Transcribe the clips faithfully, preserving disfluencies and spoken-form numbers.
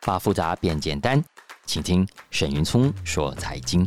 把复杂变简单，请听沈云聪说财经。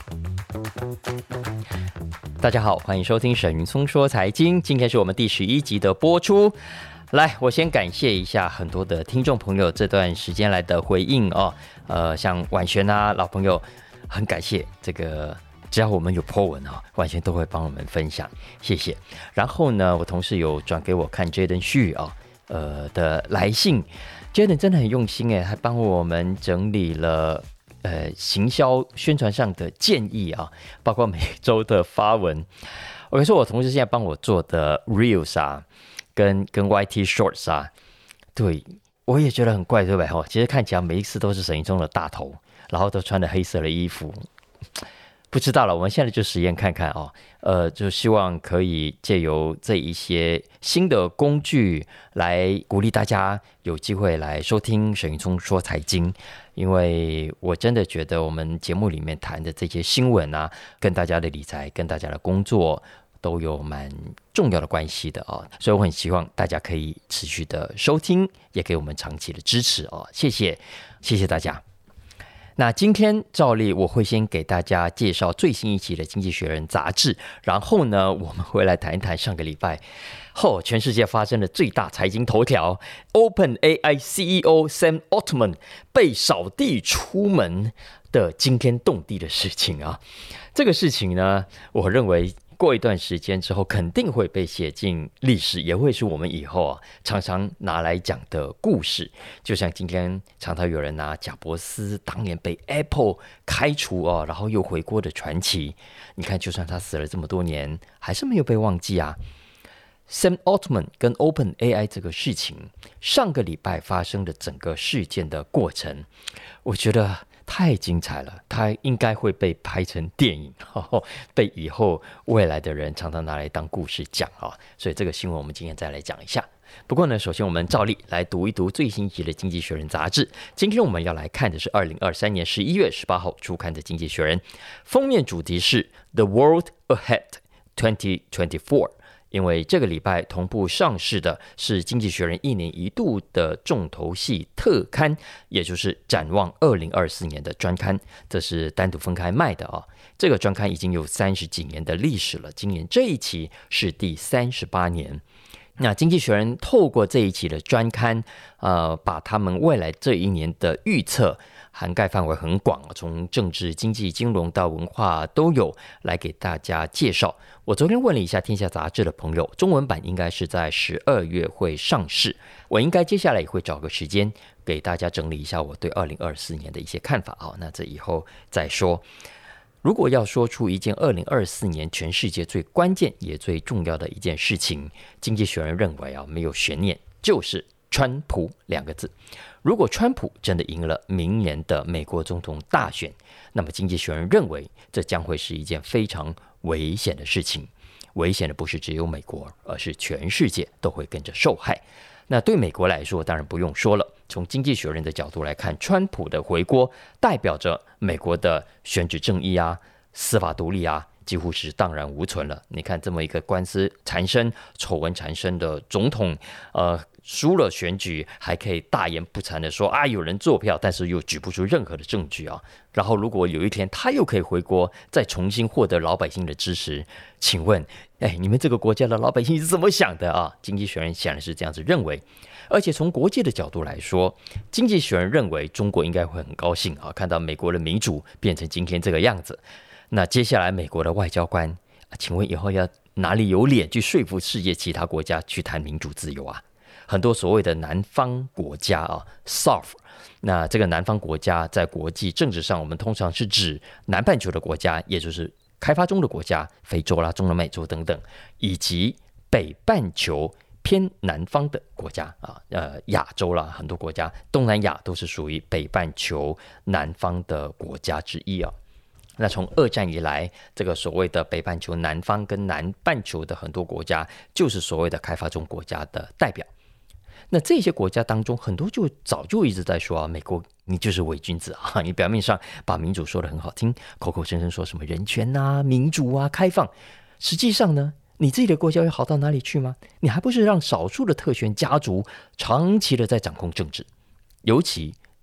大家好，欢迎收听沈云聪说财经。今天是我们第十一集的播出。来，我先感谢一下很多的听众朋友这段时间来的回应哦。呃，像婉璇啊，老朋友，很感谢这个。只要我们有 po 文啊，完全都会帮我们分享，谢谢。然后呢，我同事有转给我看 Jaden 旭啊，呃的来信 ，Jaden 真的很用心哎，还帮我们整理了呃行销宣传上的建议啊，包括每周的发文。我跟你说，我同事现在帮我做的 Reels 啊，跟跟 Y T Shorts 啊，对我也觉得很怪，对不对？其实看起来每一次都是沈云聪的大头，然后都穿着黑色的衣服。不知道了，我们现在就实验看看哦，呃，就希望可以借由这一些新的工具来鼓励大家有机会来收听沈云聪说财经，因为我真的觉得我们节目里面谈的这些新闻啊，跟大家的理财、跟大家的工作都有蛮重要的关系的哦，所以我很希望大家可以持续的收听，也给我们长期的支持哦，谢谢，谢谢大家。那今天照例我会先给大家介绍最新一期的《经济学人》杂志，然后呢，我们会来谈一谈上个礼拜后全世界发生的最大财经头条 ，OpenAI C E O Sam Altman 被扫地出门的惊天动地的事情啊！这个事情呢，我认为过一段时间之后肯定会被写进历史，也会是我们以后啊常常拿来讲的故事。就像今天常常有人拿贾伯斯当年被 Apple 开除哦，然后又回国的传奇。你看，就算他死了这么多年，还是没有被忘记啊。Sam Altman 跟 OpenAI 这个事情，上个礼拜发生的整个事件的过程，我觉得太精彩了，它应该会被拍成电影，呵呵，被以后未来的人常常拿来当故事讲啊。所以这个新闻我们今天再来讲一下。不过呢，首先我们照例来读一读最新一期的《经济学人》杂志。今天我们要来看的是二零二三年十一月十八号出刊的《经济学人》，封面主题是 The World Ahead twenty twenty-four。因为这个礼拜同步上市的是《经济学人》一年一度的重头戏特刊，也就是展望二零二四年的专刊，这是单独分开卖的啊。这个专刊已经有三十几年的历史了，今年这一期是第三十八年。那《经济学人》透过这一期的专刊，呃，把他们未来这一年的预测涵盖范围很广，从政治、经济、金融到文化都有来给大家介绍。我昨天问了一下天下杂志的朋友，中文版应该是在十二月会上市，我应该接下来也会找个时间给大家整理一下我对二零二四年的一些看法啊。那这以后再说。如果要说出一件二零二四年全世界最关键也最重要的一件事情，经济学人认为啊，没有悬念，就是川普两个字。如果川普真的赢了明年的美国总统大选，那么经济学人认为这将会是一件非常危险的事情。危险的不是只有美国，而是全世界都会跟着受害。那对美国来说当然不用说了，从经济学人的角度来看，川普的回国代表着美国的选举正义啊、司法独立啊几乎是荡然无存了。你看这么一个官司缠身、丑闻缠身的总统，呃，输了选举还可以大言不惭的说啊有人作票，但是又举不出任何的证据啊。然后如果有一天他又可以回国，再重新获得老百姓的支持，请问，哎，你们这个国家的老百姓是怎么想的啊？经济学人显然是这样子认为。而且从国际的角度来说，经济学人认为中国应该会很高兴啊，看到美国的民主变成今天这个样子。那接下来美国的外交官，请问以后要哪里有脸去说服世界其他国家去谈民主自由啊？很多所谓的南方国家啊 ，S O F， 那这个南方国家在国际政治上，我们通常是指南半球的国家，也就是开发中的国家，非洲啦、中南美洲等等，以及北半球偏南方的国家啊，呃，亚洲啦，很多国家，东南亚都是属于北半球南方的国家之一啊。那从二战以来，这个所谓的北半球南方跟南半球的很多国家，就是所谓的开发中国家的代表。那这些国家当中，很多就早就一直在说啊，美国你就是伪君子啊！你表面上把民主说得很好听，口口声声说什么人权啊、民主啊、开放，实际上呢，你自己的国家会好到哪里去吗？你还不是让少数的特权家族长期的在掌控政治？尤其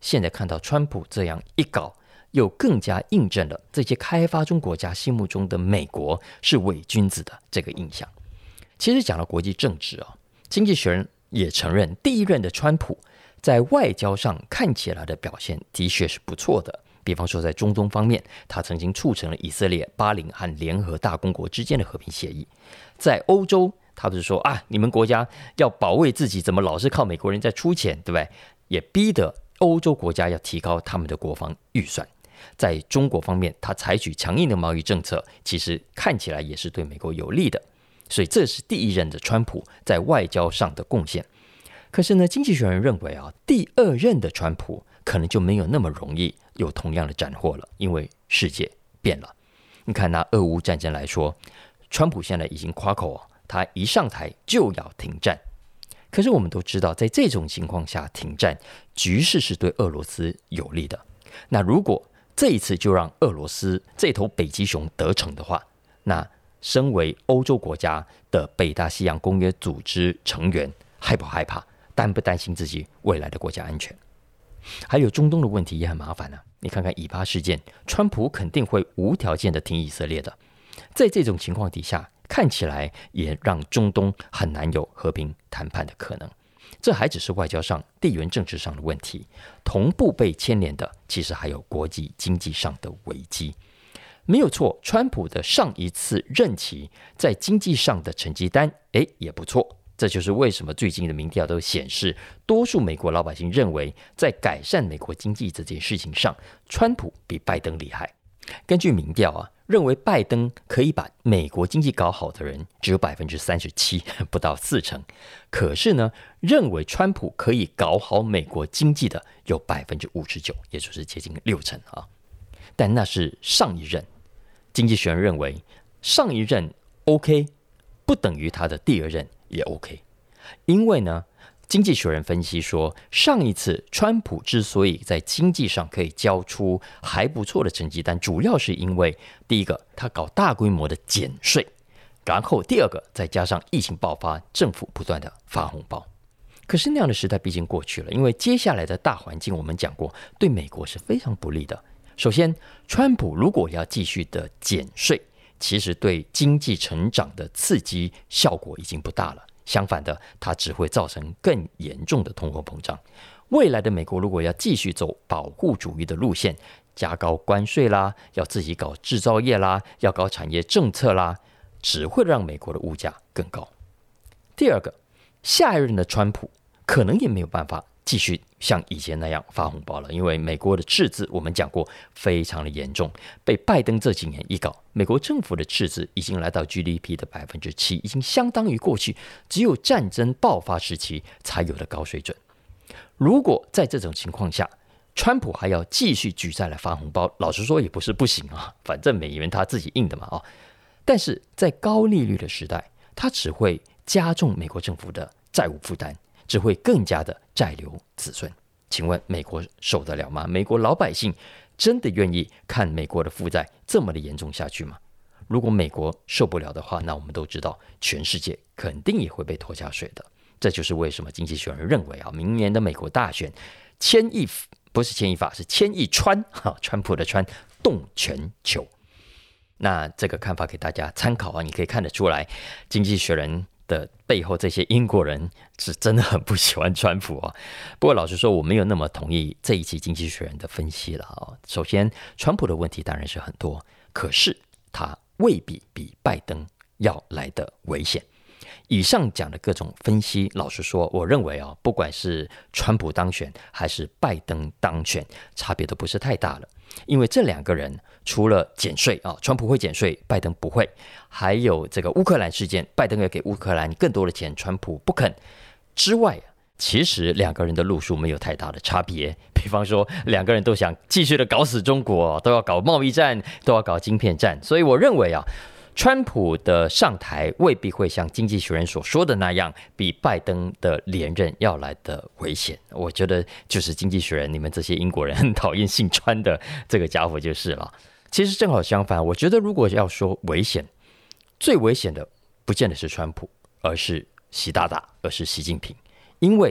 现在看到川普这样一搞，又更加印证了这些开发中国家心目中的美国是伪君子的这个印象。其实讲到国际政治啊，经济学人也承认，第一任的川普在外交上看起来的表现的确是不错的。比方说在中东方面，他曾经促成了以色列、巴林和联合大公国之间的和平协议。在欧洲，他不是说啊，你们国家要保卫自己，怎么老是靠美国人在出钱，对不对？也逼得欧洲国家要提高他们的国防预算。在中国方面，他采取强硬的贸易政策，其实看起来也是对美国有利的。所以这是第一任的川普在外交上的贡献。可是呢，经济学人认为啊，第二任的川普可能就没有那么容易有同样的斩获了，因为世界变了。你看拿俄乌战争来说，川普现在已经夸口啊，他一上台就要停战。可是我们都知道，在这种情况下停战，局势是对俄罗斯有利的。那如果这一次就让俄罗斯这头北极熊得逞的话，那身为欧洲国家的北大西洋公约组织成员，害不害怕？担不担心自己未来的国家安全？还有中东的问题也很麻烦啊！你看看以巴事件，川普肯定会无条件的挺以色列的。在这种情况底下，看起来也让中东很难有和平谈判的可能。这还只是外交上、地缘政治上的问题，同步被牵连的，其实还有国际经济上的危机。没有错，川普的上一次任期在经济上的成绩单，诶，也不错。这就是为什么最近的民调都显示，多数美国老百姓认为，在改善美国经济这件事情上，川普比拜登厉害。根据民调啊，认为拜登可以把美国经济搞好的人只有百分之三十七，不到四成。可是呢，认为川普可以搞好美国经济的有百分之五十九，也就是接近六成啊。但那是上一任。经济学人认为，上一任 OK 不等于他的第二任也 OK， 因为呢，经济学人分析说，上一次川普之所以在经济上可以交出还不错的成绩单，主要是因为第一个，他搞大规模的减税，然后第二个，再加上疫情爆发，政府不断的发红包。可是那样的时代毕竟过去了，因为接下来的大环境我们讲过，对美国是非常不利的。首先，川普如果要继续的减税，其实对经济成长的刺激效果已经不大了。相反的，它只会造成更严重的通货膨胀。未来的美国如果要继续走保护主义的路线，加高关税啦，要自己搞制造业啦，要搞产业政策啦，只会让美国的物价更高。第二个，下一任的川普可能也没有办法继续像以前那样发红包了，因为美国的赤字我们讲过非常的严重，被拜登这几年一搞，美国政府的赤字已经来到 G D P 的 百分之七， 已经相当于过去只有战争爆发时期才有的高水准。如果在这种情况下，川普还要继续举债来发红包，老实说也不是不行啊，反正美元他自己印的嘛啊。但是在高利率的时代，它只会加重美国政府的债务负担，只会更加的债留子孙。请问美国受得了吗？美国老百姓真的愿意看美国的负债这么的严重下去吗？如果美国受不了的话，那我们都知道全世界肯定也会被拖下水的。这就是为什么经济学人认为啊，明年的美国大选，千亿不是千亿法，是千亿川，川普的川动全球。那这个看法给大家参考啊，你可以看得出来，经济学人的背后这些英国人是真的很不喜欢川普啊。不过老实说，我没有那么同意这一期经济学人的分析了啊。首先，川普的问题当然是很多，可是他未必比拜登要来的危险。以上讲的各种分析，老实说，我认为啊，不管是川普当选还是拜登当选，差别都不是太大了。因为这两个人除了减税啊，川普会减税，拜登不会；还有这个乌克兰事件，拜登要给乌克兰更多的钱，川普不肯之外，其实两个人的路数没有太大的差别。比方说，两个人都想继续的搞死中国，都要搞贸易战，都要搞晶片战。所以我认为啊，川普的上台未必会像经济学人所说的那样，比拜登的连任要来的危险。我觉得就是经济学人，你们这些英国人很讨厌姓川的这个家伙就是了。其实正好相反，我觉得如果要说危险，最危险的不见得是川普，而是习大大，而是习近平。因为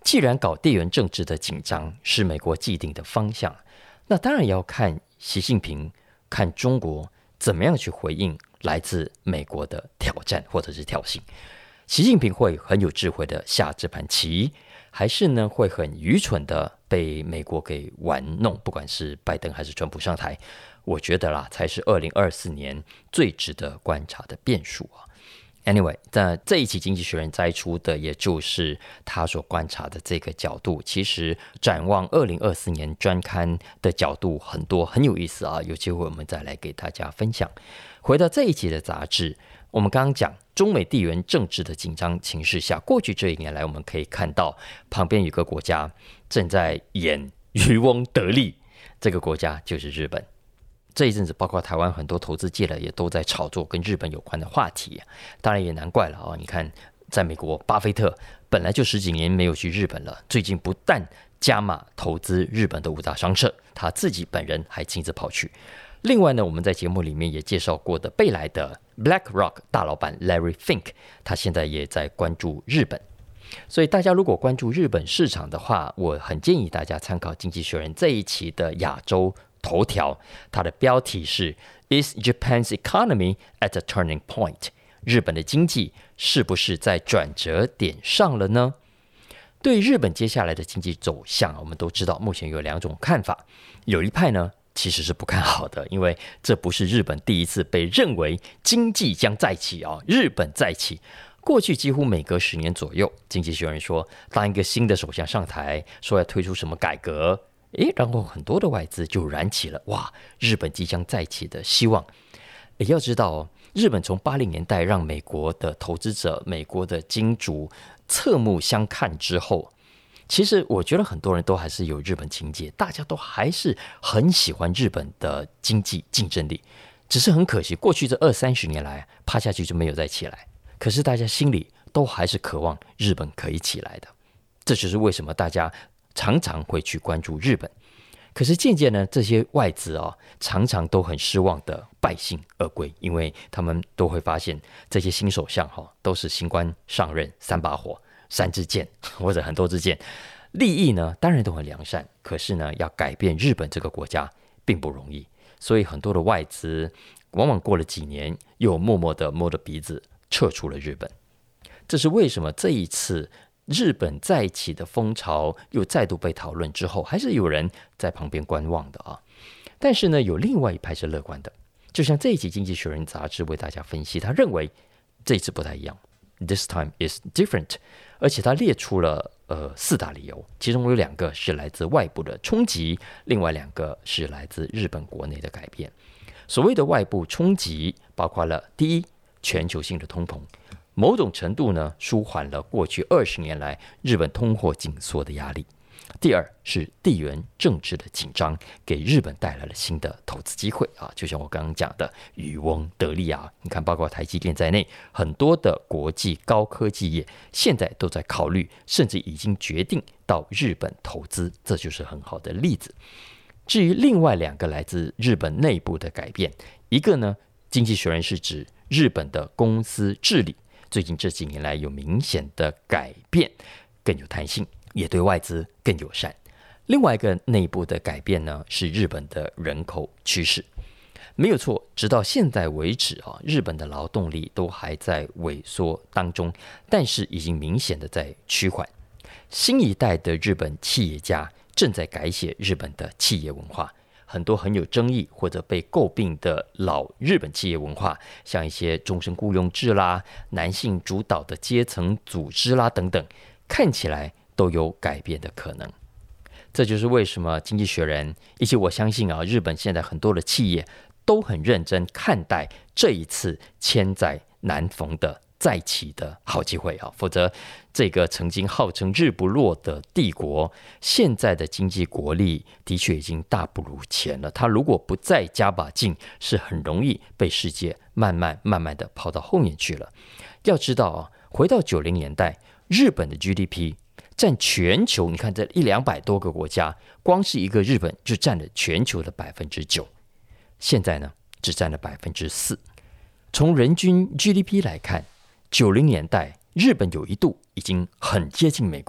既然搞地缘政治的紧张是美国既定的方向，那当然要看习近平、看中国怎么样去回应来自美国的挑战或者是挑衅。习近平会很有智慧的下这盘棋，还是呢会很愚蠢的被美国给玩弄？不管是拜登还是川普上台，我觉得啦，才是二零二四年最值得观察的变数啊。Anyway， 在这一期《经济学人》摘出的，也就是他所观察的这个角度。其实展望二零二四年专刊的角度很多，很有意思啊。有机会我们再来给大家分享。回到这一期的杂志，我们刚刚讲中美地缘政治的紧张情势下，过去这一年来，我们可以看到旁边有个国家正在演渔翁得利，这个国家就是日本。这一阵子，包括台湾很多投资界的也都在炒作跟日本有关的话题，当然也难怪了啊！你看，在美国，巴菲特本来就十几年没有去日本了，最近不但加码投资日本的五大商社，他自己本人还亲自跑去。另外呢，我们在节目里面也介绍过的贝莱德 BlackRock 大老板 Larry Fink， 他现在也在关注日本。所以大家如果关注日本市场的话，我很建议大家参考《经济学人》这一期的亚洲头条，它的标题是 Is Japan's economy at a turning point？ 日本的经济是不是在转折点上了呢？对日本接下来的经济走向，我们都知道目前有两种看法。有一派呢其实是不看好的，因为这不是日本第一次被认为经济将再起啊，日本再起。过去几乎每隔十年左右，经济学人说，当一个新的首相上台，说要推出什么改革，诶，然后很多的外资就燃起了哇，日本即将再起的希望。也要知道哦，日本从八零年代让美国的投资者、美国的金主侧目相看之后，其实我觉得很多人都还是有日本情结，大家都还是很喜欢日本的经济竞争力。只是很可惜，过去这二三十年来趴下去就没有再起来。可是大家心里都还是渴望日本可以起来的，这就是为什么大家常常会去关注日本。可是渐渐呢，这些外资啊、哦，常常都很失望的败兴而归，因为他们都会发现这些新首相哈、哦，都是新官上任三把火、三支箭或者很多支箭，利益呢当然都很良善，可是呢要改变日本这个国家并不容易，所以很多的外资往往过了几年，又默默的摸着鼻子撤出了日本。这是为什么这一次日本再起的风潮又再度被讨论之后，还是有人在旁边观望的啊。但是呢，有另外一派是乐观的，就像这一期《经济学人》杂志为大家分析，他认为这一次不太一样 ，This time is different， 而且他列出了呃四大理由，其中有两个是来自外部的冲击，另外两个是来自日本国内的改变。所谓的外部冲击，包括了第一，全球性的通膨。某种程度呢，舒缓了过去二十年来日本通货紧缩的压力。第二是地缘政治的紧张，给日本带来了新的投资机会啊，就像我刚刚讲的，渔翁得利啊。你看，包括台积电在内，很多的国际高科技业现在都在考虑，甚至已经决定到日本投资，这就是很好的例子。至于另外两个来自日本内部的改变，一个呢，经济学人是指日本的公司治理。最近这几年来有明显的改变，更有弹性，也对外资更友善。另外一个内部的改变呢，是日本的人口趋势。没有错，直到现在为止啊，日本的劳动力都还在萎缩当中，但是已经明显的在趋缓。新一代的日本企业家正在改写日本的企业文化。很多很有争议或者被诟病的老日本企业文化，像一些终身雇佣制啦、男性主导的阶层组织啦等等，看起来都有改变的可能。这就是为什么《经济学人》以及我相信啊，日本现在很多的企业都很认真看待这一次千载难逢的再起的好机会啊，否则这个曾经号称日不落的帝国，现在的经济国力的确已经大不如前了。它如果不再加把劲，是很容易被世界慢慢慢慢的抛到后面去了。要知道啊，回到九零年代，日本的 G D P 占全球，你看这一两百多个国家，光是一个日本就占了全球的百分之九，现在呢只占了百分之四。从人均 G D P 来看，九零年代日本有一度已经很接近美国，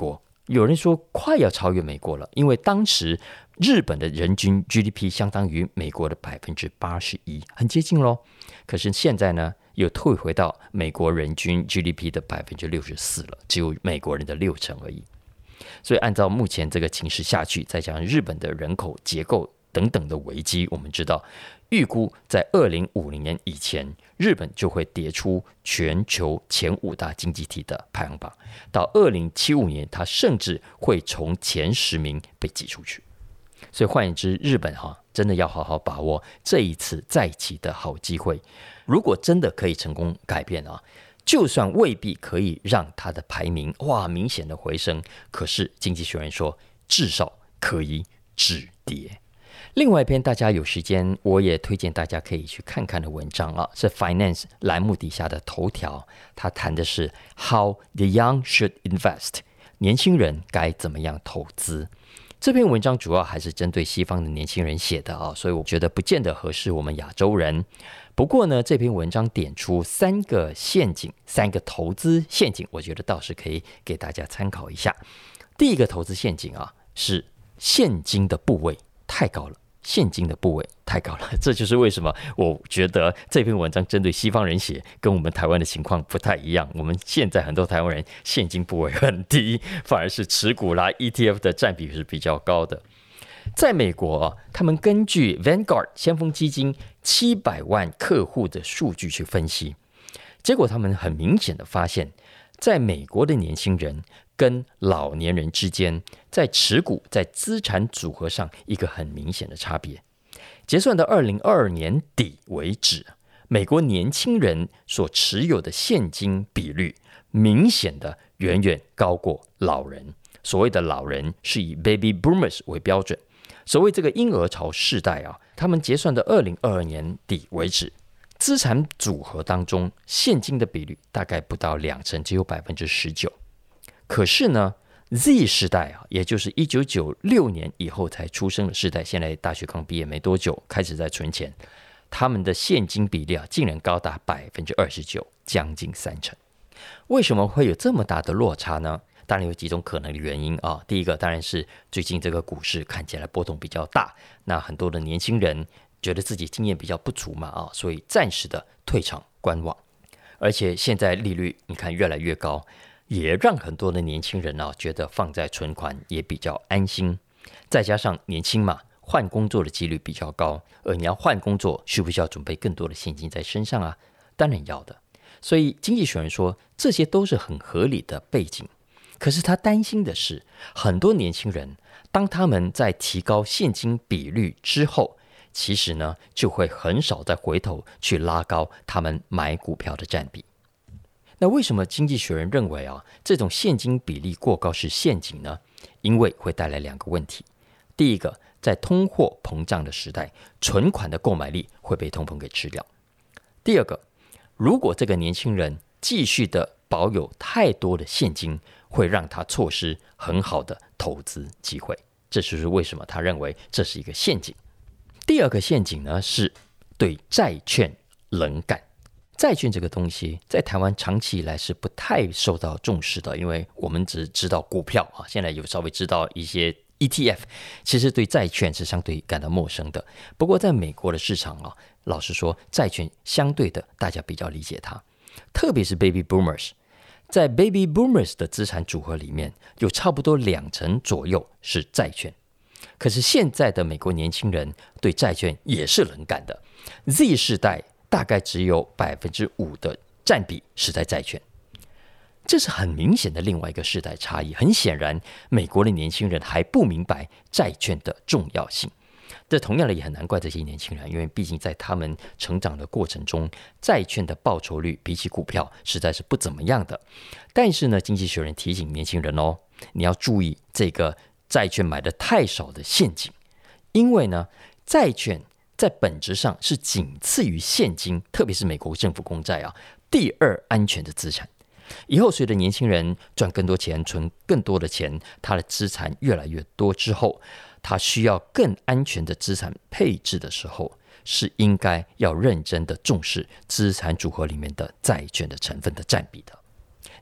有人说快要超越美国了，因为当时日本的人均 G D P 相当于美国的 百分之八十一， 很接近咯。可是现在呢，又退回到美国人均 G D P 的 百分之六十四 了，只有美国人的六成而已。所以按照目前这个情势下去，再加上日本的人口结构等等的危机，我们知道预估在二零五零年以前，日本就会跌出全球前五大经济体的排行榜，到二零七五年它甚至会从前十名被挤出去。所以换言之，日本哈真的要好好把握这一次再起的好机会。如果真的可以成功改变啊，就算未必可以让它的排名哇明显的回升，可是经济学人说至少可以止跌。另外一篇大家有时间我也推荐大家可以去看看的文章啊，是 Finance 栏目底下的头条，它谈的是 How the Young Should Invest， 年轻人该怎么样投资。这篇文章主要还是针对西方的年轻人写的啊，所以我觉得不见得合适我们亚洲人。不过呢，这篇文章点出三个陷阱，三个投资陷阱，我觉得倒是可以给大家参考一下。第一个投资陷阱啊，是现金的部位太高了。现金的部位太高了，这就是为什么我觉得这篇文章针对西方人写，跟我们台湾的情况不太一样。我们现在很多台湾人现金部位很低，反而是持股啦 E T F 的占比是比较高的。在美国啊，他们根据 Vanguard 先锋基金七百万客户的数据去分析，结果他们很明显的发现，在美国的年轻人跟老年人之间，在持股在资产组合上一个很明显的差别。结算到二零二二年底为止，美国年轻人所持有的现金比率明显的远远高过老人。所谓的老人是以 Baby Boomers 为标准，所谓这个婴儿潮世代啊，他们结算到二零二二年底为止，资产组合当中现金的比率大概不到两成，只有 百分之十九。可是呢 Z 世代啊，也就是一九九六年以后才出生的世代，现在大学刚毕业没多久，开始在存钱，他们的现金比例啊，竟然高达 百分之二十九， 将近三成。为什么会有这么大的落差呢？当然有几种可能的原因啊。第一个当然是最近这个股市看起来波动比较大，那很多的年轻人觉得自己经验比较不足嘛啊，所以暂时的退场观望。而且现在利率你看越来越高，也让很多的年轻人啊觉得放在存款也比较安心。再加上年轻嘛，换工作的几率比较高，而你要换工作，需不需要准备更多的现金在身上啊？当然要的。所以经济学人说，这些都是很合理的背景。可是他担心的是，很多年轻人当他们在提高现金比率之后，其实呢就会很少再回头去拉高他们买股票的占比。那为什么经济学人认为啊，这种现金比例过高是陷阱呢？因为会带来两个问题。第一个，在通货膨胀的时代，存款的购买力会被通膨给吃掉。第二个，如果这个年轻人继续的保有太多的现金，会让他错失很好的投资机会。这就是为什么他认为这是一个陷阱。第二个陷阱呢，是对债券冷感。债券这个东西在台湾长期以来是不太受到重视的，因为我们只知道股票啊，现在有稍微知道一些 E T F， 其实对债券是相对感到陌生的。不过在美国的市场啊，老实说，债券相对的大家比较理解它，特别是 Baby Boomers。在 Baby Boomers 的资产组合里面，有差不多两成左右是债券。可是现在的美国年轻人对债券也是冷感的， Z 世代大概只有 百分之五 的占比是在债券，这是很明显的另外一个世代差异。很显然，美国的年轻人还不明白债券的重要性。这同样的也很难怪这些年轻人，因为毕竟在他们成长的过程中，债券的报酬率比起股票实在是不怎么样的。但是呢，经济学人提醒年轻人哦，你要注意这个债券买的太少的陷阱，因为呢，债券在本质上是仅次于现金，特别是美国政府公债啊，第二安全的资产。以后随着年轻人赚更多钱，存更多的钱，他的资产越来越多之后，他需要更安全的资产配置的时候，是应该要认真的重视资产组合里面的债券的成分的占比的。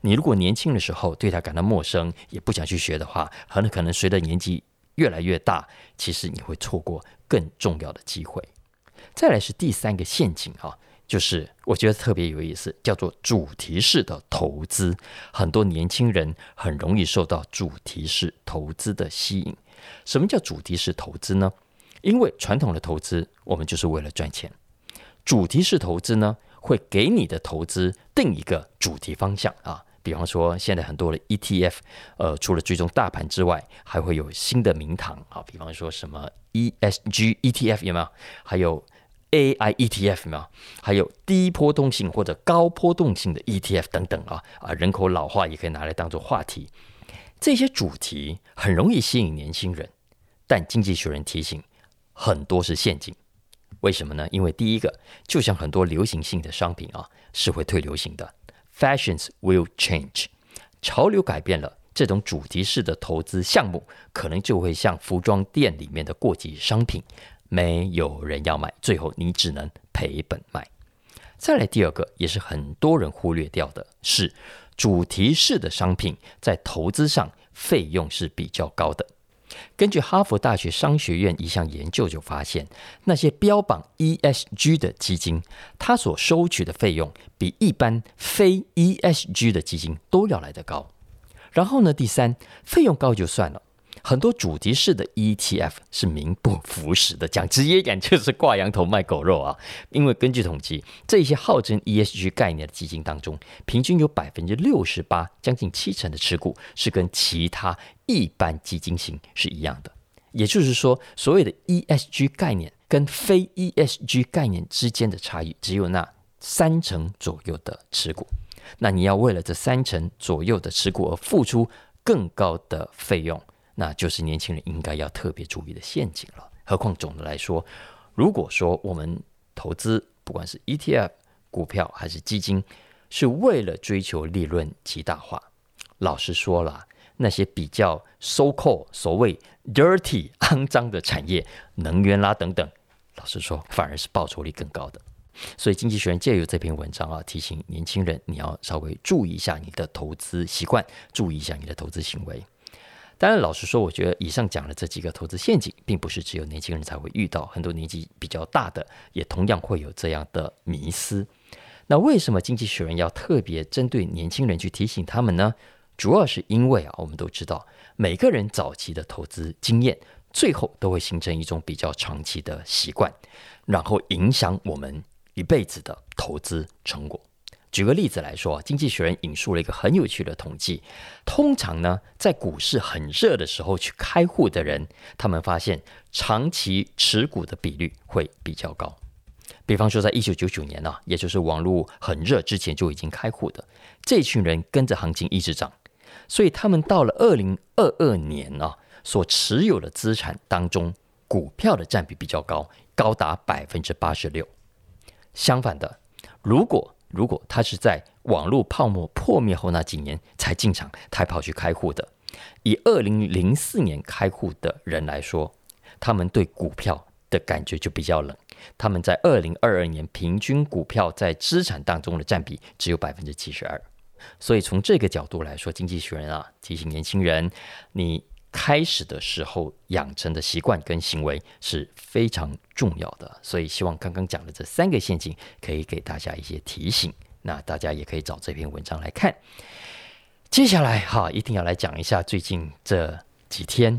你如果年轻的时候对它感到陌生，也不想去学的话，很可能随着年纪越来越大，其实你会错过更重要的机会。再来是第三个陷阱啊，就是我觉得特别有意思，叫做主题式的投资。很多年轻人很容易受到主题式投资的吸引。什么叫主题式投资呢？因为传统的投资我们就是为了赚钱，主题式投资呢会给你的投资定一个主题方向啊。比方说现在很多的 E T F， 呃，除了追踪大盘之外，还会有新的名堂啊，比方说什么 E S G E T F 有没有？还有 A I E T F 有没有？还有低波动性或者高波动性的 E T F 等等啊啊，人口老化也可以拿来当做话题。这些主题很容易吸引年轻人，但经济学人提醒，很多是陷阱。为什么呢？因为第一个，就像很多流行性的商品啊，是会退流行的。Fashions will change， 潮流改变了，这种主题式的投资项目可能就会像服装店里面的过季商品，没有人要买，最后你只能赔本卖。再来第二个，也是很多人忽略掉的，是主题式的商品在投资上费用是比较高的。根据哈佛大学商学院一项研究就发现，那些标榜 E S G 的基金，它所收取的费用比一般非 E S G 的基金都要来得高。然后呢，第三，费用高就算了，很多主题式的 E T F 是名不符实的，讲直接点就是挂羊头卖狗肉啊。因为根据统计，这些号称 E S G 概念的基金当中，平均有 百分之六十八， 将近七成的持股是跟其他一般基金型是一样的。也就是说，所谓的 E S G 概念跟非 E S G 概念之间的差异只有那三成左右的持股。那你要为了这三成左右的持股而付出更高的费用，那就是年轻人应该要特别注意的陷阱了。何况总的来说，如果说我们投资不管是 E T F 股票还是基金，是为了追求利润极大化，老实说了，那些比较 so called 所谓 dirty 肮脏的产业，能源啦等等，老实说反而是报酬率更高的。所以经济学人借由这篇文章啊，提醒年轻人你要稍微注意一下你的投资习惯，注意一下你的投资行为。当然老实说，我觉得以上讲的这几个投资陷阱并不是只有年轻人才会遇到，很多年纪比较大的也同样会有这样的迷思。那为什么经济学人要特别针对年轻人去提醒他们呢？主要是因为啊，我们都知道每个人早期的投资经验最后都会形成一种比较长期的习惯，然后影响我们一辈子的投资成果。举个例子来说，经济学人引述了一个很有趣的统计，通常呢，在股市很热的时候去开户的人，他们发现长期持股的比率会比较高。比方说在一九九九年啊，也就是网络很热之前就已经开户的这群人，跟着行情一直涨，所以他们到了二零二二年啊，所持有的资产当中，股票的占比比较高，高达 百分之八十六。相反的，如果如果他是在网络泡沫破灭后那几年才进场，才跑去开户的，以二零零四年开户的人来说，他们对股票的感觉就比较冷。他们在二零二二年平均股票在资产当中的占比只有 百分之七十二。所以从这个角度来说，经济学人啊提醒年轻人，你开始的时候养成的习惯跟行为是非常重要的。所以希望刚刚讲的这三个陷阱可以给大家一些提醒，那大家也可以找这篇文章来看。接下来哈，一定要来讲一下最近这几天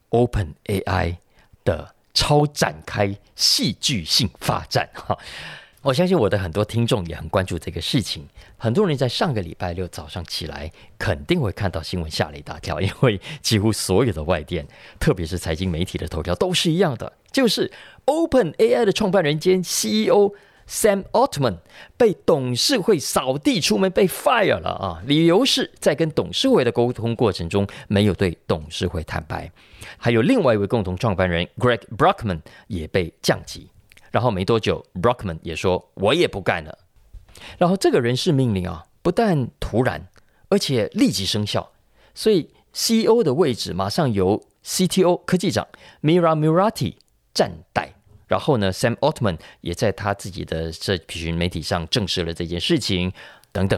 OpenAI 的超展开戏剧性发展哈。我相信我的很多听众也很关注这个事情，很多人在上个礼拜六早上起来肯定会看到新闻吓了一大跳，因为几乎所有的外电，特别是财经媒体的头条都是一样的，就是 OpenAI 的创办人兼 C E O Sam Altman 被董事会扫地出门，被 fire 了啊！理由是在跟董事会的沟通过程中没有对董事会坦白。还有另外一位共同创办人 Greg Brockman 也被降级。然后没多久 Brockman 也说我也不干了。然后这个人事命令啊，不但突然，而且立即生效，所以 C E O 的位置马上由 C T O 科技长 Mira Murati 暂代。然后呢 Sam Altman 也在他自己的社群媒体上证实了这件事情等等啊。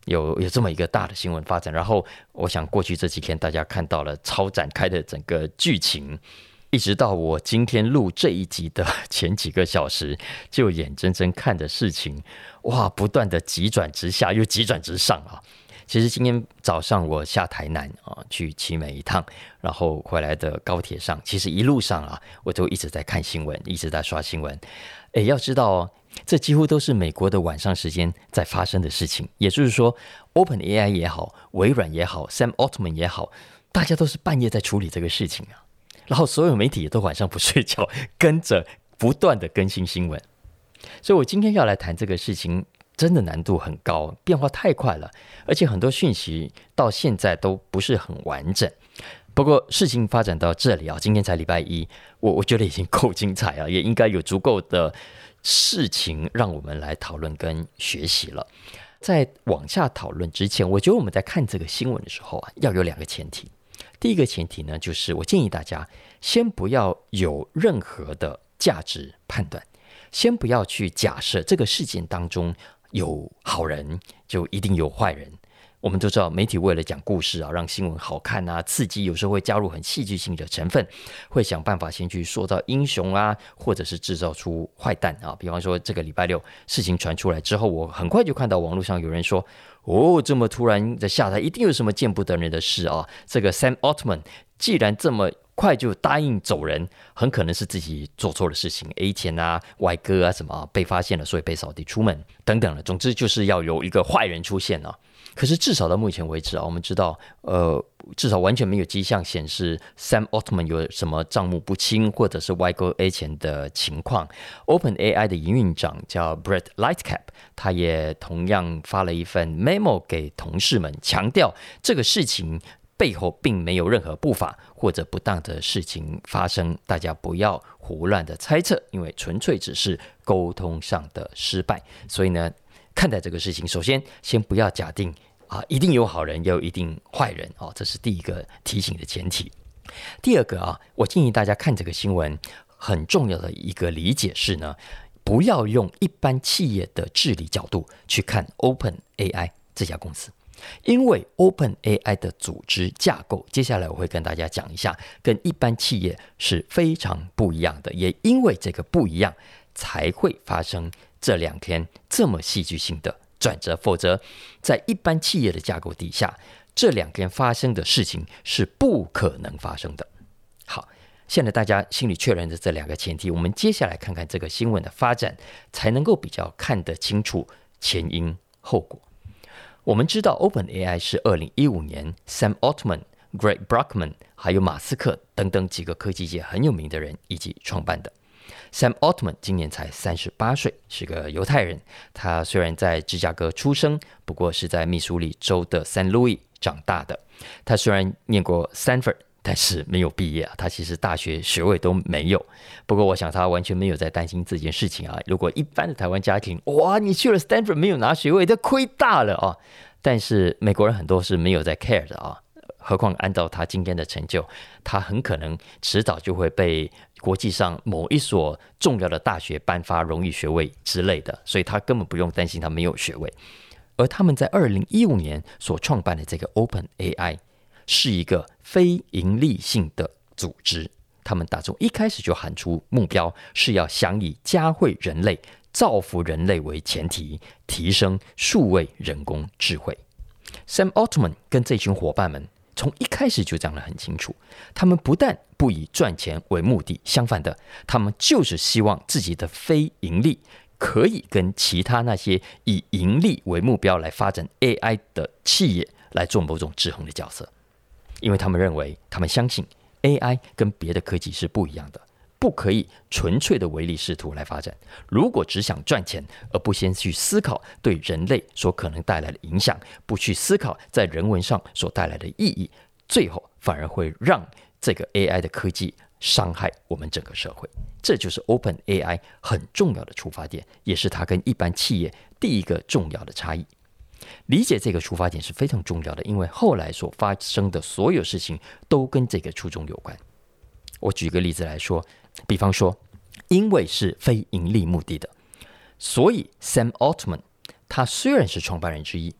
有有这么一个大的新闻发展。然后我想过去这几天大家看到了超展开的整个剧情，一直到我今天录这一集的前几个小时，就眼睁睁看着事情哇不断的急转直下又急转直上啊。其实今天早上我下台南啊去奇美一趟，然后回来的高铁上，其实一路上啊我都一直在看新闻，一直在刷新闻。诶，要知道哦，这几乎都是美国的晚上时间在发生的事情。也就是说 OpenAI 也好，微软也好， Sam Altman 也好，大家都是半夜在处理这个事情啊。然后所有媒体也都晚上不睡觉，跟着不断的更新新闻。所以我今天要来谈这个事情，真的难度很高，变化太快了，而且很多讯息到现在都不是很完整。不过事情发展到这里啊，今天才礼拜一，我我觉得已经够精彩啊，也应该有足够的事情让我们来讨论跟学习了。在往下讨论之前，我觉得我们在看这个新闻的时候啊，要有两个前提。第一个前提呢，就是我建议大家先不要有任何的价值判断，先不要去假设这个事件当中有好人就一定有坏人。我们都知道媒体为了讲故事啊，让新闻好看啊刺激，有时候会加入很戏剧性的成分，会想办法先去塑造英雄啊，或者是制造出坏蛋啊。比方说这个礼拜六事情传出来之后，我很快就看到网络上有人说，哦，这么突然的下台一定有什么见不得人的事啊，这个 Sam Altman 既然这么快就答应走人，很可能是自己做错了事情 ，A 钱啊、歪哥啊什么、啊、被发现了，所以被扫地出门等等了。总之就是要有一个坏人出现啊。可是至少到目前为止啊，我们知道，呃，至少完全没有迹象显示 Sam Altman 有什么账目不清或者是歪哥 A 钱的情况。OpenAI 的营运长叫 Brett Lightcap， 他也同样发了一份 memo 给同事们，强调这个事情背后并没有任何不法或者不当的事情发生，大家不要胡乱的猜测，因为纯粹只是沟通上的失败。所以呢，看待这个事情，首先先不要假定啊，一定有好人也有一定坏人哦，这是第一个提醒的前提。第二个啊，我建议大家看这个新闻很重要的一个理解是呢，不要用一般企业的治理角度去看 OpenAI 这家公司。因为 OpenAI 的组织架构，接下来我会跟大家讲一下，跟一般企业是非常不一样的，也因为这个不一样，才会发生这两天这么戏剧性的转折。否则，在一般企业的架构底下，这两天发生的事情是不可能发生的。好，现在大家心里确认的这两个前提，我们接下来看看这个新闻的发展，才能够比较看得清楚前因后果。我们知道 OpenAI 是二零一五年 Sam Altman、Greg Brockman 还有马斯克等等几个科技界很有名的人一起创办的。Sam Altman 今年才三十八岁，是个犹太人。他虽然在芝加哥出生，不过是在密苏里州的 Saint Louis 长大的。他虽然念过 Stanford，但是没有毕业啊，他其实大学学位都没有。不过我想他完全没有在担心这件事情啊。如果一般的台湾家庭，哇，你去了 Stanford 没有拿学位，这亏大了啊！但是美国人很多是没有在 care 的啊。何况按照他今天的成就，他很可能迟早就会被国际上某一所重要的大学颁发荣誉学位之类的，所以他根本不用担心他没有学位。而他们在二零一五年所创办的这个 OpenAI 是一个非盈利性的组织，他们打从一开始就喊出目标是要想以嘉惠人类、造福人类为前提，提升数位人工智慧。Sam Altman 跟这群伙伴们从一开始就讲得很清楚，他们不但不以赚钱为目的，相反的，他们就是希望自己的非盈利可以跟其他那些以盈利为目标来发展 A I 的企业来做某种制衡的角色。因为他们认为，他们相信 A I 跟别的科技是不一样的，不可以纯粹的唯利是图来发展。如果只想赚钱，而不先去思考对人类所可能带来的影响，不去思考在人文上所带来的意义，最后反而会让这个 A I 的科技伤害我们整个社会。这就是 OpenAI 很重要的出发点，也是它跟一般企业第一个重要的差异。理解这个出发点是非常重要的，因为后来所发生的所有事情都跟这个初衷有关。我举个例子来说，比方说，因为是非盈利目的的，所以 Sam Altman 他虽然是创办人之一，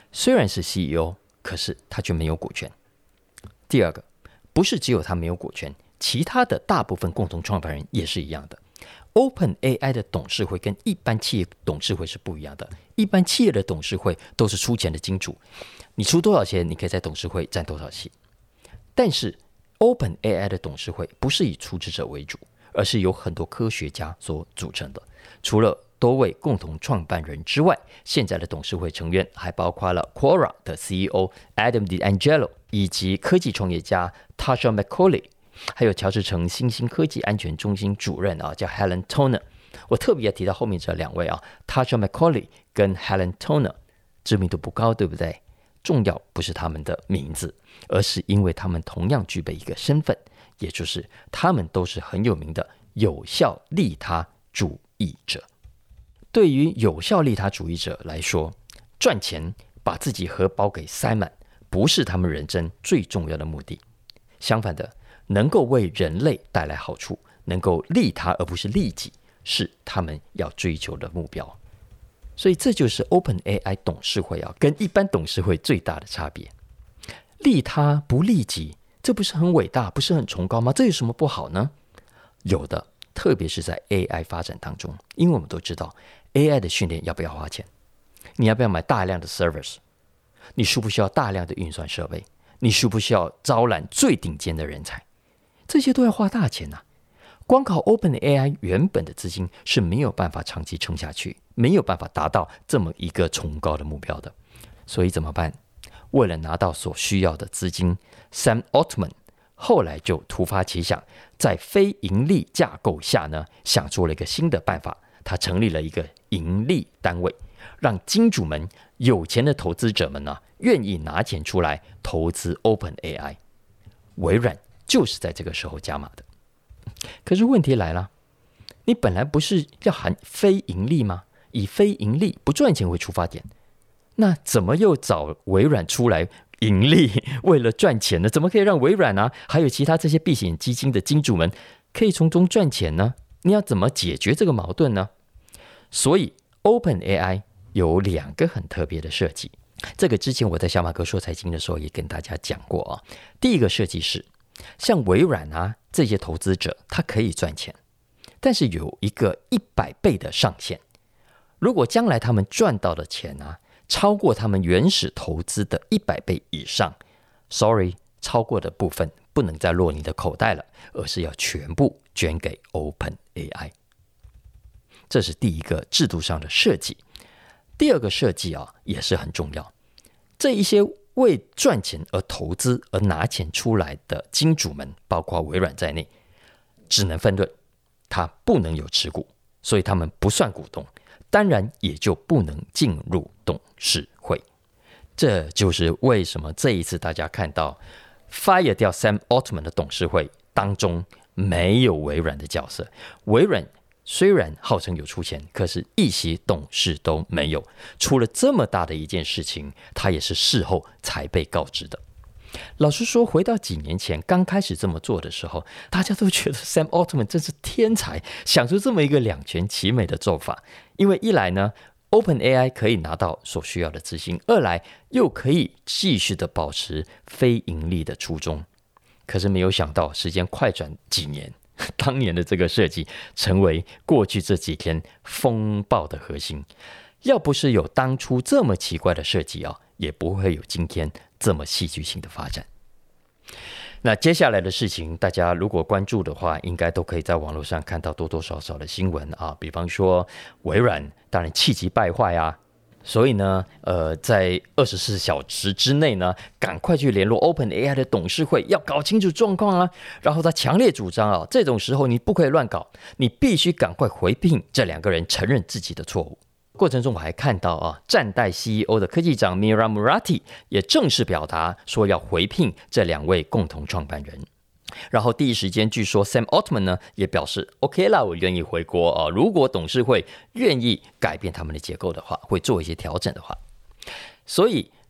虽然是 C E O， 可是他却没有股权。第二个，不是只有他没有股权，其他的大部分共同创办人也是一样的。OpenAI 的董事会跟一般企业董事会是不一样的，一般企业的董事会都是出钱的金主，你出多少钱，你可以在董事会占多少席。但是 OpenAI 的董事会不是以出资者为主，而是由很多科学家所组成的。除了多位共同创办人之外，现在的董事会成员还包括了 Quora 的 C E O Adam D'Angelo 以及科技创业家 Tasha McCauley，还有乔治城新兴科技安全中心主任啊，叫 Helen Toner。我特别提到后面这两位啊 ，Tasha McCauley 跟 Helen Toner， 知名度不高，对不对？重要不是他们的名字，而是因为他们同样具备一个身份，也就是他们都是很有名的有效利他主义者。对于有效利他主义者来说，赚钱把自己荷包给塞满，不是他们人生最重要的目的。相反的，能够为人类带来好处，能够利他而不是利己，是他们要追求的目标。所以这就是 OpenAI 董事会啊，跟一般董事会最大的差别。利他不利己，这不是很伟大，不是很崇高吗？这有什么不好呢？有的，特别是在 A I 发展当中，因为我们都知道 A I 的训练要不要花钱？你要不要买大量的 servers？ 你需不需要大量的运算设备？你需不需要招揽最顶尖的人才？这些都要花大钱啊！光靠 OpenAI 原本的资金是没有办法长期撑下去，没有办法达到这么一个崇高的目标的。所以怎么办？为了拿到所需要的资金， Sam Altman 后来就突发奇想，在非盈利架构下呢，想出了一个新的办法。他成立了一个盈利单位，让金主们、有钱的投资者们呢，愿意拿钱出来投资 OpenAI。微软就是在这个时候加码的。可是问题来了，你本来不是要喊非盈利吗？以非盈利不赚钱为出发点，那怎么又找微软出来盈利，为了赚钱呢？怎么可以让微软啊，还有其他这些避险基金的金主们可以从中赚钱呢？你要怎么解决这个矛盾呢？所以 OpenAI 有两个很特别的设计，这个之前我在小马哥说财经的时候也跟大家讲过啊。第一个设计是，像微软啊这些投资者，他可以赚钱，但是有一个一百倍的上限。如果将来他们赚到的钱啊，超过他们原始投资的一百倍以上 ，sorry， 超过的部分不能再落你的口袋了，而是要全部捐给 OpenAI。这是第一个制度上的设计。第二个设计啊，也是很重要。这一些为赚钱而投资而拿钱出来的金主们，包括微软在内，只能分润，他不能有持股，所以他们不算股东，当然也就不能进入董事会。这就是为什么这一次大家看到 fire 掉 Sam Altman 的董事会当中没有微软的角色。微软虽然号称有出钱，可是一席董事都没有。出了这么大的一件事情，他也是事后才被告知的。老实说，回到几年前刚开始这么做的时候，大家都觉得 Sam Altman 真是天才，想出这么一个两全其美的做法。因为一来呢， OpenAI 可以拿到所需要的资金，二来又可以继续的保持非盈利的初衷。可是没有想到，时间快转几年，当年的这个设计成为过去这几天风暴的核心。要不是有当初这么奇怪的设计啊，也不会有今天这么戏剧性的发展。那接下来的事情，大家如果关注的话，应该都可以在网络上看到多多少少的新闻啊，比方说微软当然气急败坏啊，所以呢，呃，在二十四小时之内呢，赶快去联络 OpenAI 的董事会，要搞清楚状况啊。然后他强烈主张啊，这种时候你不可以乱搞，你必须赶快回聘这两个人承认自己的错误。过程中我还看到啊，站代 C E O 的科技长 Mira Murati 也正式表达说要回聘这两位共同创办人。然后第一时间，据说 Sam Altman 呢也表示 OK 啦，我愿意回国啊。如果董事会愿意改变他们的结构的话，会做一些调整的话。所以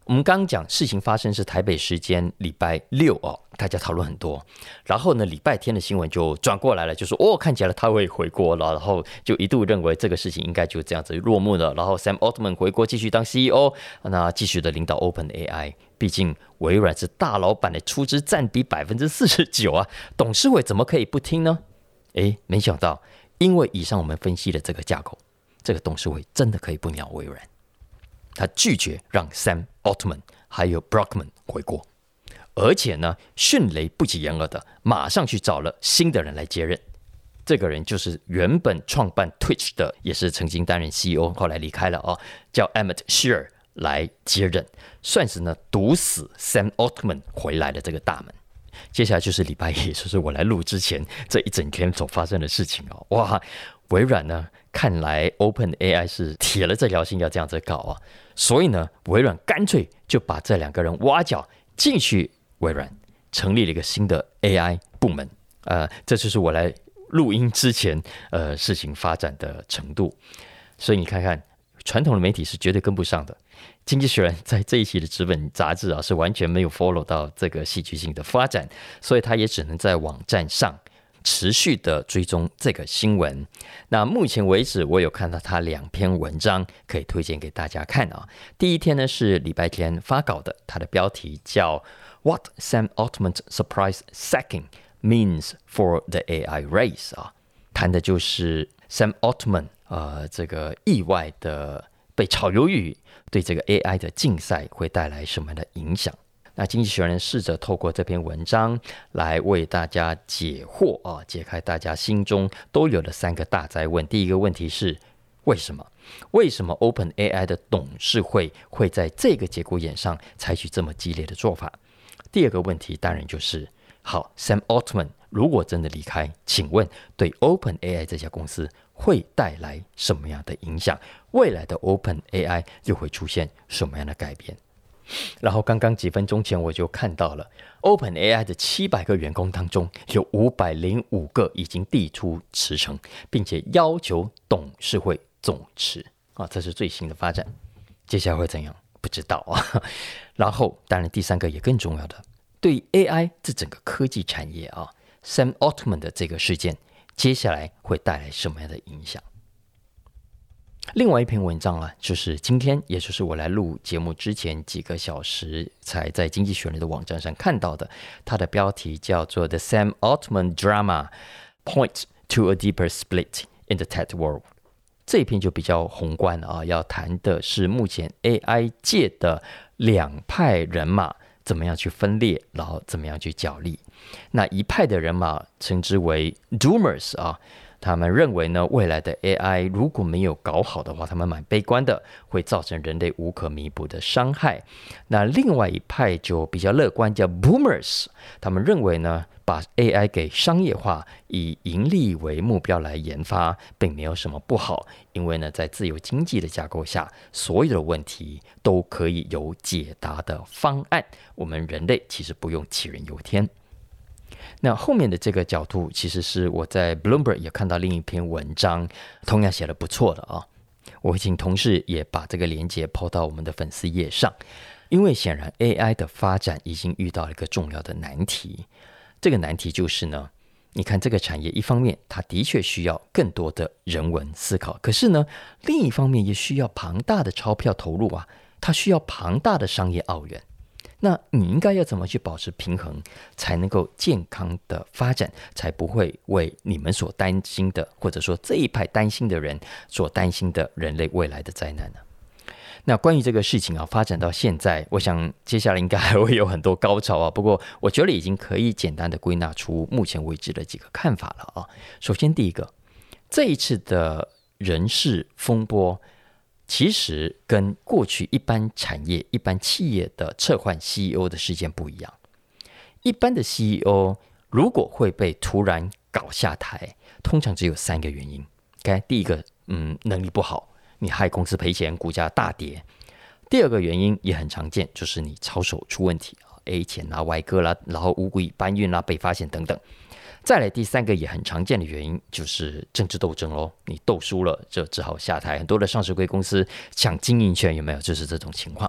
我们刚刚讲事情发生是台北时间礼拜六哦，大家讨论很多。然后呢，礼拜天的新闻就转过来了，就说哦，看起来他会回国了，然后就一度认为这个事情应该就这样子落幕了。然后 Sam Altman 回国继续当 C E O， 那继续的领导 OpenAI。毕竟微软是大老板的出资占比百分之四十九啊，董事会怎么可以不听呢？诶，没想到，因为以上我们分析的这个架构，这个董事会真的可以不鸟微软。他拒绝让 Sam Altman 还有 Brockman 回国，而且呢，迅雷不及掩耳的，马上去找了新的人来接任。这个人就是原本创办 Twitch 的，也是曾经担任 C E O， 后来离开了哦，叫 Emmett Shear 来接任，算是呢堵死 Sam Altman 回来的这个大门。接下来就是礼拜一，也就是我来录之前这一整天所发生的事情哦。哇，微软呢，看来 OpenAI 是铁了这条心要这样子搞啊，所以呢，微软干脆就把这两个人挖角进去微软，成立了一个新的 A I 部门。呃，这就是我来录音之前呃事情发展的程度。所以你看看，传统的媒体是绝对跟不上的。经济学人在这一期的纸本杂志啊，是完全没有 follow 到这个戏剧性的发展，所以他也只能在网站上持续的追踪这个新闻。那目前为止，我有看到他两篇文章可以推荐给大家看啊。第一天呢是礼拜天发稿的，它的标题叫 What Sam Altman's Surprise Sacking Means for the A I Race 啊，谈的就是 Sam Altman 呃这个意外的被炒鱿鱼对这个 A I 的竞赛会带来什么样的影响。那经济学人试着透过这篇文章来为大家解惑啊，解开大家心中都有的三个大哉问。第一个问题是为什么？为什么 OpenAI 的董事会会在这个节骨眼上采取这么激烈的做法？第二个问题当然就是好 ，Sam Altman 如果真的离开，请问对 OpenAI 这家公司会带来什么样的影响？未来的 OpenAI 又会出现什么样的改变？然后刚刚几分钟前我就看到了 OpenAI 的七百个员工当中，有五百零五个已经递出辞呈，并且要求董事会总辞啊，这是最新的发展。接下来会怎样？不知道啊。然后当然第三个也更重要的，对于 A I 这整个科技产业啊 ，Sam Altman 的这个事件，接下来会带来什么样的影响？另外一篇文章啊，就是今天，也就是我来录节目之前几个小时才在经济学人的网站上看到的，它的标题叫做 The Sam Altman Drama Points to a Deeper Split in the Tech World。 这一篇就比较宏观啊，要谈的是目前 A I 界的两派人马怎么样去分裂，然后怎么样去角力。那一派的人马称之为 Doomers 啊，他们认为呢，未来的 A I 如果没有搞好的话，他们蛮悲观的，会造成人类无可弥补的伤害。那另外一派就比较乐观，叫 Boomers， 他们认为呢，把 A I 给商业化，以盈利为目标来研发，并没有什么不好，因为呢，在自由经济的架构下，所有的问题都可以有解答的方案，我们人类其实不用杞人忧天。那后面的这个角度，其实是我在 Bloomberg 也看到另一篇文章，同样写得不错的啊。我请同事也把这个连结抛到我们的粉丝页上，因为显然 A I 的发展已经遇到了一个重要的难题。这个难题就是呢，你看这个产业一方面它的确需要更多的人文思考，可是呢，另一方面也需要庞大的钞票投入啊，它需要庞大的商业澳元。那你应该要怎么去保持平衡，才能够健康的发展，才不会为你们所担心的，或者说这一派担心的人所担心的人类未来的灾难呢？那关于这个事情啊，发展到现在，我想接下来应该还会有很多高潮啊。不过我觉得已经可以简单的归纳出目前为止的几个看法了啊。首先第一个，这一次的人事风波，其实跟过去一般产业、一般企业的撤换 C E O 的事件不一样。一般的 C E O 如果会被突然搞下台，通常只有三个原因。Okay? 第一个，嗯，能力不好，你害公司赔钱，股价大跌。第二个原因也很常见，就是你操守出问题 ，A 钱啦、歪歌啦，然后无故搬运啦、被发现等等。再来第三个也很常见的原因就是政治斗争咯，你斗输了就只好下台。很多的上市柜公司抢经营权，有没有？就是这种情况。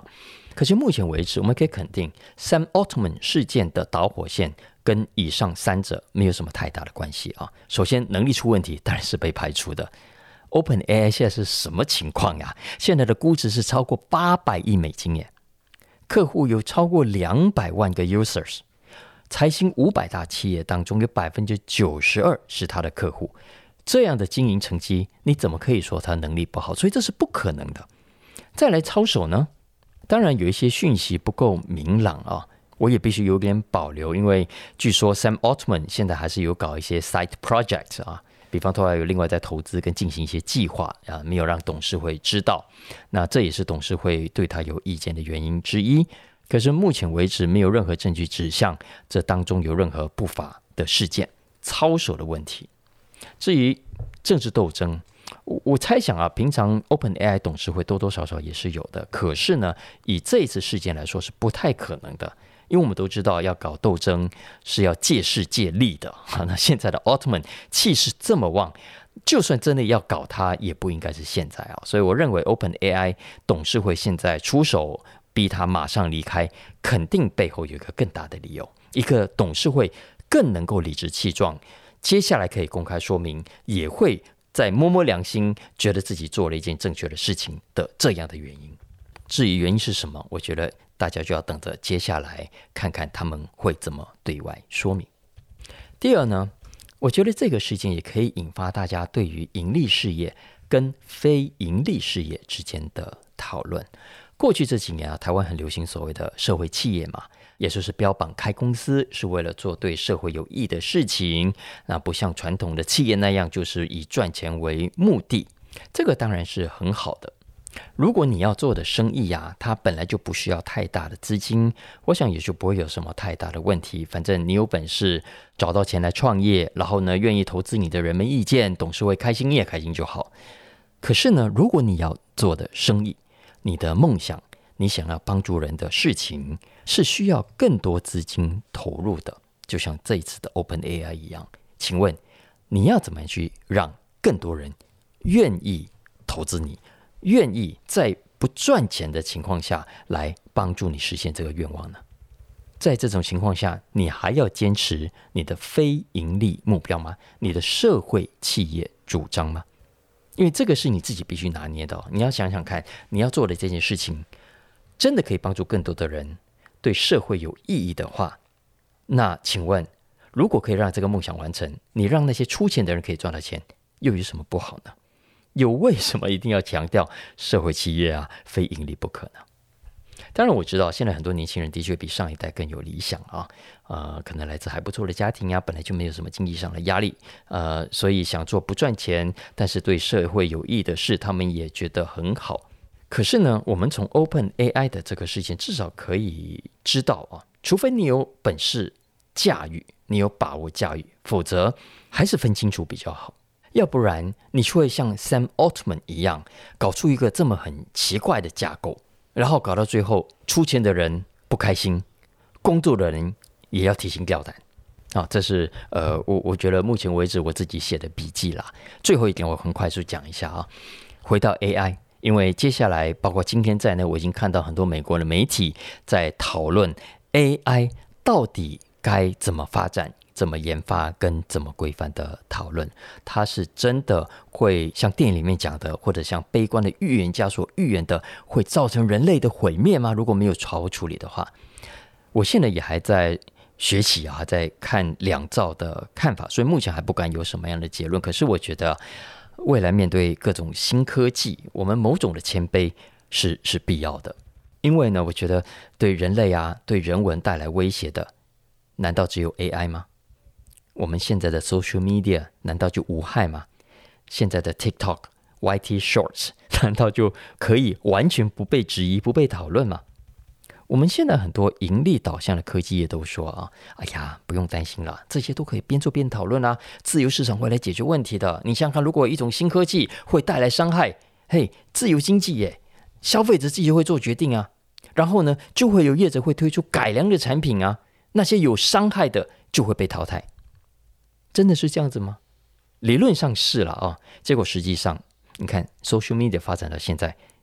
可是目前为止，我们可以肯定 Sam Altman 事件的导火线跟以上三者没有什么太大的关系啊。首先，能力出问题当然是被排除的。OpenAI 现在是什么情况呀？现在的估值是超过八百亿美金耶，客户有超过两百万个 users， 财新五百大企业当中有 百分之九十二 是他的客户。这样的经营成绩，你怎么可以说他能力不好？所以这是不可能的。再来操守呢？当然有一些讯息不够明朗啊，我也必须有点保留，因为据说 Sam Altman 现在还是有搞一些 side project 啊，比方说有另外在投资跟进行一些计划啊，没有让董事会知道，那这也是董事会对他有意见的原因之一。可是目前为止没有任何证据指向这当中有任何不法的事件、操守的问题。至于政治斗争，我猜想啊，平常 OpenAI 董事会多多少少也是有的，可是呢，以这一次事件来说是不太可能的，因为我们都知道要搞斗争是要借势借力的。那现在的 Altman 气势这么旺，就算真的要搞他，也不应该是现在啊。所以我认为 OpenAI 董事会现在出手逼他马上离开，肯定背后有一个更大的理由，一个董事会更能够理直气壮，接下来可以公开说明，也会在摸摸良心，觉得自己做了一件正确的事情的这样的原因。至于原因是什么，我觉得大家就要等着接下来看看他们会怎么对外说明。第二呢，我觉得这个事件也可以引发大家对于盈利事业跟非盈利事业之间的讨论。过去这几年啊，台湾很流行所谓的社会企业嘛，也就是标榜开公司是为了做对社会有益的事情，那不像传统的企业那样就是以赚钱为目的，这个当然是很好的。如果你要做的生意啊，它本来就不需要太大的资金，我想也就不会有什么太大的问题。反正你有本事找到钱来创业，然后呢，愿意投资你的人没意见，董事会开心，你也开心就好。可是呢，如果你要做的生意，你的梦想，你想要帮助人的事情，是需要更多资金投入的，就像这一次的 OpenAI 一样。请问你要怎么去让更多人愿意投资你，愿意在不赚钱的情况下来帮助你实现这个愿望呢？在这种情况下，你还要坚持你的非盈利目标吗？你的社会企业主张吗？因为这个是你自己必须拿捏的哦。你要想想看，你要做的这件事情真的可以帮助更多的人，对社会有意义的话，那请问如果可以让这个梦想完成，你让那些出钱的人可以赚到钱，又有什么不好呢？有为什么一定要强调社会企业啊非盈利不可呢？当然我知道现在很多年轻人的确比上一代更有理想啊，呃，可能来自还不错的家庭啊，本来就没有什么经济上的压力，呃，所以想做不赚钱但是对社会有益的事，他们也觉得很好。可是呢，我们从 OpenAI 的这个事情至少可以知道啊，除非你有本事驾驭，你有把握驾驭，否则还是分清楚比较好。要不然你就会像 Sam Altman 一样搞出一个这么很奇怪的架构，然后搞到最后出钱的人不开心，工作的人也要提心吊胆啊。这是呃，我我觉得目前为止我自己写的笔记啦。最后一点我很快速讲一下啊，回到 A I， 因为接下来包括今天在内，我已经看到很多美国的媒体在讨论 A I 到底该怎么发展，怎么研发跟怎么规范的讨论。它是真的会像电影里面讲的，或者像悲观的预言家所预言的，会造成人类的毁灭吗？如果没有好好处理的话。我现在也还在学习啊，还在看两造的看法，所以目前还不敢有什么样的结论。可是我觉得未来面对各种新科技，我们某种的谦卑是是必要的。因为呢，我觉得对人类啊，对人文带来威胁的，难道只有 A I 吗？我们现在的 social media 难道就无害吗？现在的 TikTok、Y T Shorts 难道就可以完全不被质疑、不被讨论吗？我们现在很多盈利导向的科技业都说啊，哎呀，不用担心了，这些都可以边做边讨论啊，自由市场会来解决问题的。你想想看，如果一种新科技会带来伤害，嘿，自由经济耶，消费者自己会做决定啊，然后呢，就会有业者会推出改良的产品啊，那些有伤害的就会被淘汰。真的是这样子吗？理论上是了啊，结果实际上，你看 social media 发展到现在，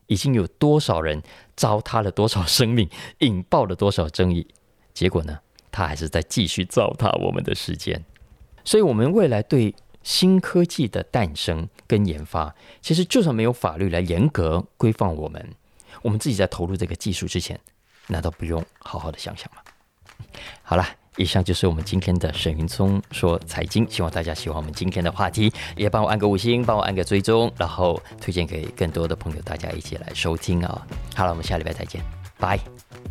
已经有多少人糟蹋了多少生命，引爆了多少争议，结果呢，他还是在继续糟蹋我们的时间。所以我们未来对新科技的诞生跟研发，其实就算没有法律来严格规范我们，我们自己在投入这个技术之前，难道不用好好的想想吗？好了，以上就是我们今天的沈云聪说财经，希望大家喜欢我们今天的话题，也帮我按个五星，帮我按个追踪，然后推荐给更多的朋友，大家一起来收听啊！好了，我们下礼拜再见，拜。